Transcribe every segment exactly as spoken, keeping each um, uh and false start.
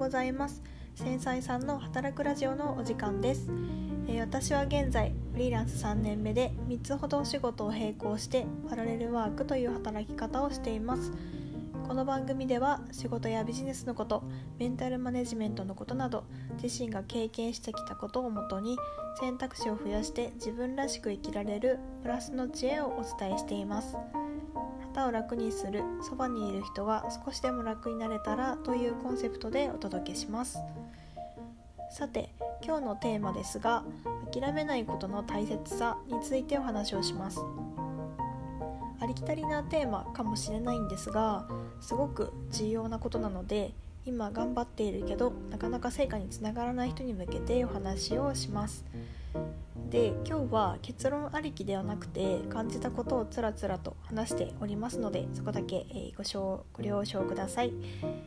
ございます。繊細さんの働くラジオのお時間です。えー、私は現在フリーランスさんねんめでみっつほどお仕事を並行してパラレルワークという働き方をしています。この番組では仕事やビジネスのこと、メンタルマネジメントのことなど、自身が経験してきたことをもとに選択肢を増やして自分らしく生きられるプラスの知恵をお伝えしています。肩を楽にする、そばにいる人が少しでも楽になれたらというコンセプトでお届けします。さて、今日のテーマですが、諦めないことの大切さについてお話をします。ありきたりなテーマかもしれないんですが、すごく重要なことなので、今頑張っているけどなかなか成果につながらない人に向けてお話をします。で、今日は結論ありきではなくて感じたことをつらつらと話しておりますので、そこだけご承ご了承ください。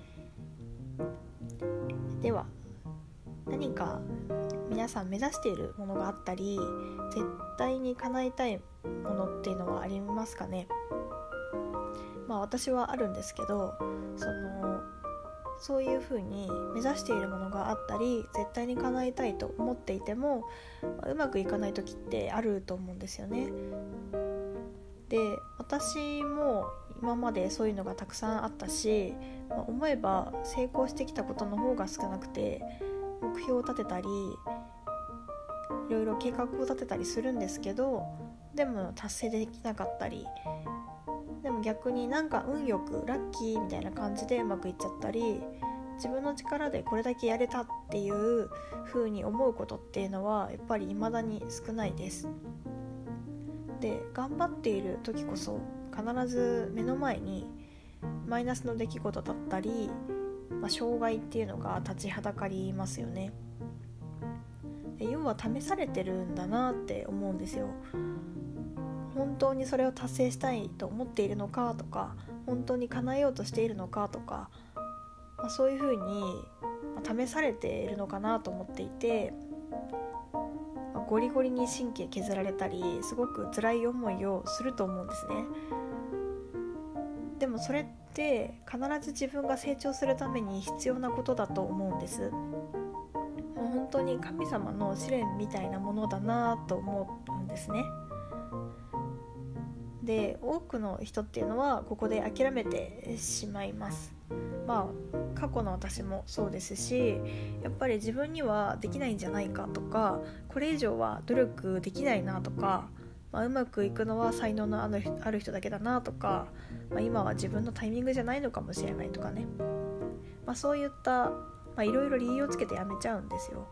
では、何か皆さん目指しているものがあったり、絶対に叶えたいものっていうのはありますかね。まあ私はあるんですけど、そのそういうふうに目指しているものがあったり、絶対に叶えたいと思っていても、まあ、うまくいかない時ってあると思うんですよね。で、私も今までそういうのがたくさんあったし、まあ、思えば成功してきたことの方が少なくて、目標を立てたりいろいろ計画を立てたりするんですけど、でも達成できなかったり、でも逆になんか運よくラッキーみたいな感じでうまくいっちゃったり、自分の力でこれだけやれたっていう風に思うことっていうのはやっぱり未だに少ないです。で、頑張っている時こそ必ず目の前にマイナスの出来事だったり、まあ、障害っていうのが立ちはだかりますよね。で、要は試されてるんだなって思うんですよ。本当にそれを達成したいと思っているのかとか、本当に叶えようとしているのかとか、まあ、そういうふうに試されているのかなと思っていて、まあ、ゴリゴリに神経削られたり、すごく辛い思いをすると思うんですね。でもそれって必ず自分が成長するために必要なことだと思うんです。もう本当に神様の試練みたいなものだなと思うんですね。で、多くの人っていうのはここで諦めてしまいます。まあ過去の私もそうですし、やっぱり自分にはできないんじゃないかとか、これ以上は努力できないなとか、まあ、うまくいくのは才能のある人だけだなとか、まあ、今は自分のタイミングじゃないのかもしれないとかね、まあ、そういったいろいろ理由をつけてやめちゃうんですよ。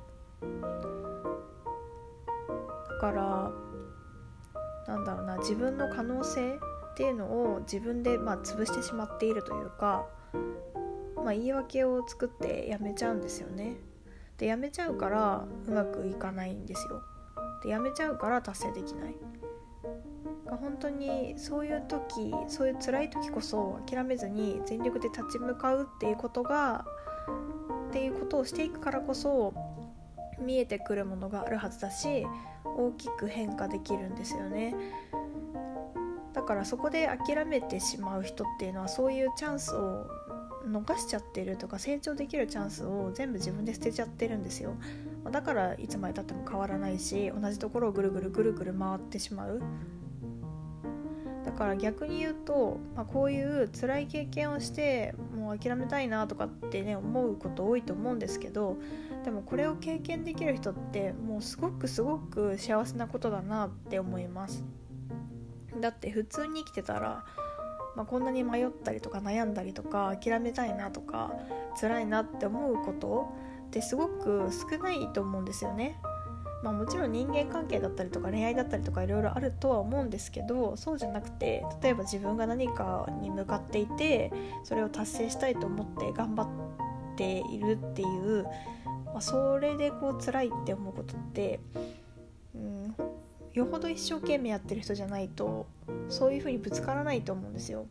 だからなんだろうな、自分の可能性っていうのを自分でまあ潰してしまっているというか、まあ、言い訳を作ってやめちゃうんですよね。で、やめちゃうからうまくいかないんですよ。で、やめちゃうから達成できない。本当にそういう時、そういう辛い時こそ諦めずに全力で立ち向かうっていうことがっていうことをしていくからこそ見えてくるものがあるはずだし、大きく変化できるんですよね。だからそこで諦めてしまう人っていうのは、そういうチャンスを逃しちゃってるとか、成長できるチャンスを全部自分で捨てちゃってるんですよ。だからいつまで経っても変わらないし、同じところをぐるぐるぐるぐる回ってしまう。だから逆に言うと、まあ、こういう辛い経験をしてもう諦めたいなとかってね、思うこと多いと思うんですけど、でもこれを経験できる人ってもうすごくすごく幸せなことだなって思います。だって普通に生きてたら、まあ、こんなに迷ったりとか悩んだりとか諦めたいなとか辛いなって思うことってすごく少ないと思うんですよね。まあ、もちろん人間関係だったりとか恋愛だったりとかいろいろあるとは思うんですけど、そうじゃなくて、例えば自分が何かに向かっていてそれを達成したいと思って頑張っているっていう、まあ、それでこう辛いって思うことって、うん、よほど一生懸命やってる人じゃないとそういう風にぶつからないと思うんですよ。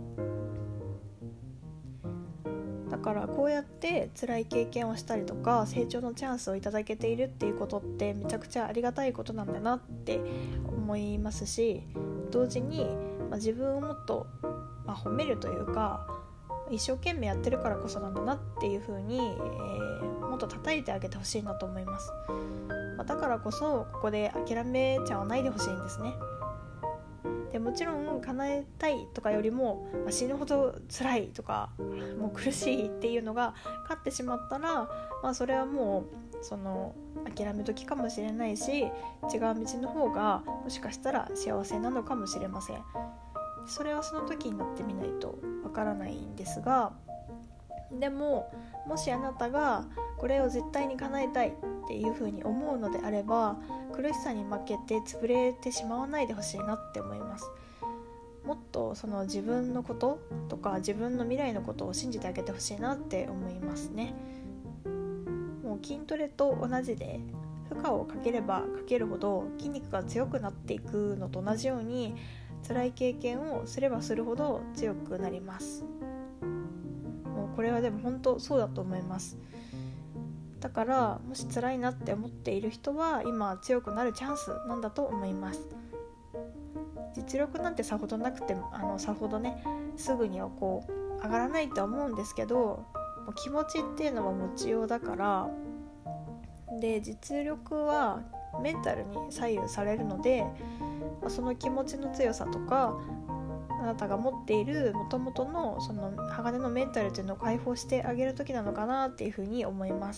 だからこうやって辛い経験をしたりとか成長のチャンスをいただけているっていうことってめちゃくちゃありがたいことなんだなって思いますし、同時に、まあ、自分をもっと、まあ、褒めるというか、 一生懸命やってるからこそなんだなっていう風に、えー、もっと叩いてあげてほしいなと思います。まあ、だからこそここで諦めちゃわないでほしいんですね。でもちろん叶えたいとかよりも、まあ、死ぬほど辛いとかもう苦しいっていうのが勝ってしまったら、まあ、それはもうその諦め時かもしれないし、違う道の方がもしかしたら幸せなのかもしれません。それはその時になってみないとわからないんですが、でももしあなたがこれを絶対に叶えたいっていうふうに思うのであれば、苦しさに負けて潰れてしまわないでほしいなって思います。もっとその自分のこととか自分の未来のことを信じてあげてほしいなって思いますね。もう筋トレと同じで、負荷をかければかけるほど筋肉が強くなっていくのと同じように、辛い経験をすればするほど強くなります。もうこれはでも本当そうだと思います。だからもし辛いなって思っている人は今強くなるチャンスなんだと思います。実力なんてさほどなくてもあのさほどねすぐにはこう上がらないとは思うんですけど、気持ちっていうのは持ちようだから、で実力はメンタルに左右されるので、その気持ちの強さとかあなたが持っている元々のその鋼のメンタルというのを解放してあげる時なのかなっていうふうに思います。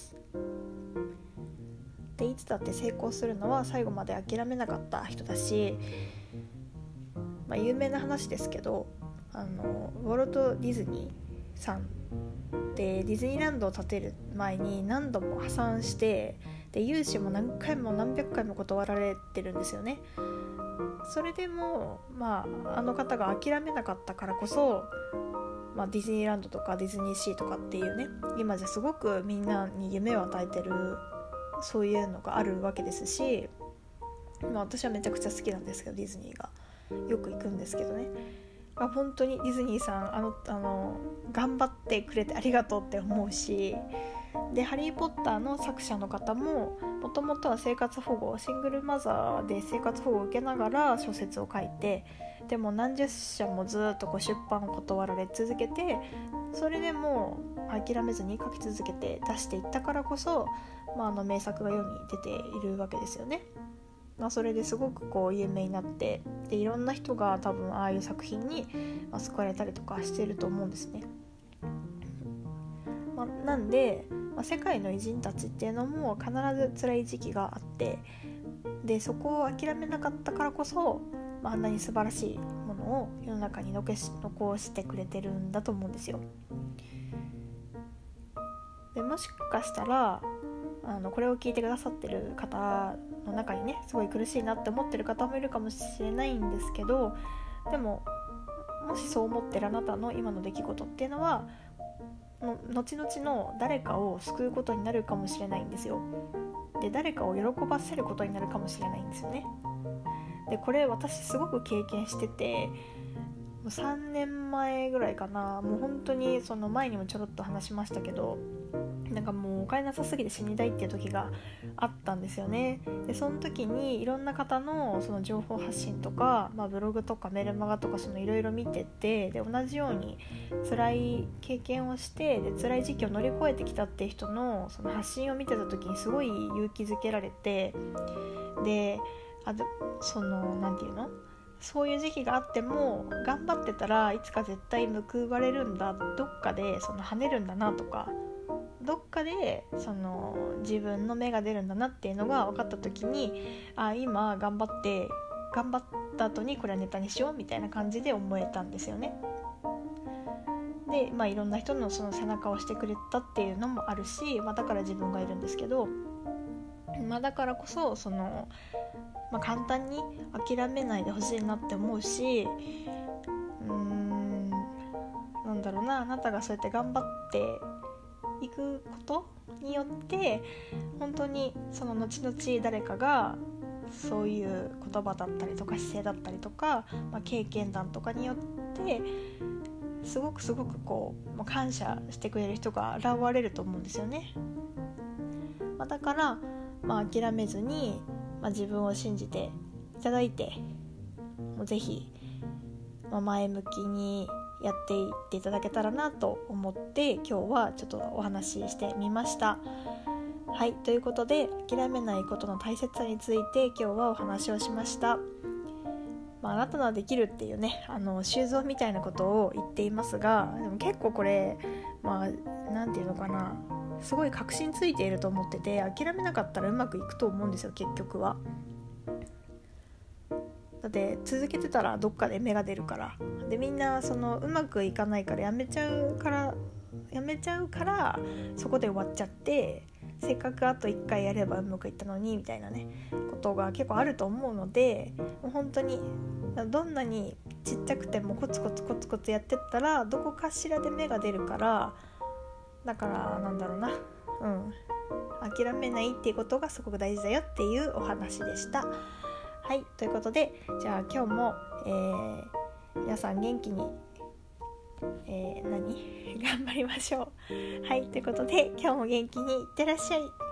でいつだって成功するのは最後まで諦めなかった人だし、まあ、有名な話ですけど、あのウォルト・ディズニーさんでディズニーランドを建てる前に何度も破産して、で融資も何回も何百回も断られてるんですよね。それでも、まあ、あの方が諦めなかったからこそ、まあ、ディズニーランドとかディズニーシーとかっていうね、今じゃすごくみんなに夢を与えてるそういうのがあるわけですし、まあ、私はめちゃくちゃ好きなんですけど、ディズニーがよく行くんですけどね、まあ、本当にディズニーさんあのあの頑張ってくれてありがとうって思うし、でハリーポッターの作者の方ももともとは生活保護シングルマザーで生活保護を受けながら小説を書いて、でも何十社もずっとこう出版を断られ続けて、それでも諦めずに書き続けて出していったからこそ、まあ、あの名作が世に出ているわけですよね。まあ、それですごくこう有名になって、でいろんな人が多分ああいう作品に救われたりとかしていると思うんですね。まあ、なんで、まあ、世界の偉人たちっていうのも必ず辛い時期があって、でそこを諦めなかったからこそ、まあ、あんなに素晴らしいものを世の中に残し、残してくれてるんだと思うんですよ。でもしかしたらあのこれを聞いてくださってる方の中にね、すごい苦しいなって思ってる方もいるかもしれないんですけど、でももしそう思ってるあなたの今の出来事っていうのはの後々の誰かを救うことになるかもしれないんですよ。で誰かを喜ばせることになるかもしれないんですよね。でこれ私すごく経験してて、もうさんねんまえぐらいかな、もう本当にその前にもちょろっと話しましたけど、なんかもうお金なさすぎて死にたいっていう時があったんですよね。でその時にいろんな方のその情報発信とか、まあ、ブログとかメルマガとかそのいろいろ見てて、で同じように辛い経験をして、で辛い時期を乗り越えてきたっていう人のその発信を見てた時にすごい勇気づけられて、であそのなんていうのそういう時期があっても頑張ってたらいつか絶対報われるんだ、どっかでその跳ねるんだなとか、どっかでその自分の芽が出るんだなっていうのが分かった時に、あ今頑張って頑張った後にこれはネタにしようみたいな感じで思えたんですよね。で、まあ、いろんな人のその背中を押してくれたっていうのもあるし、まあ、だから自分がいるんですけど、まあ、だからこそその、まあ、簡単に諦めないでほしいなって思うし、うーんなんだろうな、あなたがそうやって頑張っていくことによって本当にその後々誰かがそういう言葉だったりとか姿勢だったりとか、まあ、経験談とかによってすごくすごくこう感謝してくれる人が現れると思うんですよね。まあ、だから、まあ、諦めずに、まあ、自分を信じていただいて、もうぜひ、まあ、前向きにやっていっていただけたらなと思って今日はちょっとお話ししてみました。はい、ということで諦めないことの大切さについて今日はお話をしました。まあ、あなたのはできるっていうね、あの修造みたいなことを言っていますが、でも結構これまあなんていうのかな、すごい確信ついていると思ってて、諦めなかったらうまくいくと思うんですよ。結局はだって続けてたらどっかで芽が出るから。でみんなそのうまくいかないからやめちゃうからやめちゃうからそこで終わっちゃって、せっかくあといっかいやればうまくいったのにみたいなねことが結構あると思うので、もう本当にどんなにちっちゃくてもコツコツコツコツやってったらどこかしらで芽が出るから、だからなんだろうな、うん諦めないっていうことがすごく大事だよっていうお話でした。はい、ということでじゃあ今日も、えー、皆さん元気に、えー、何頑張りましょう。はい、ということで今日も元気にいってらっしゃい。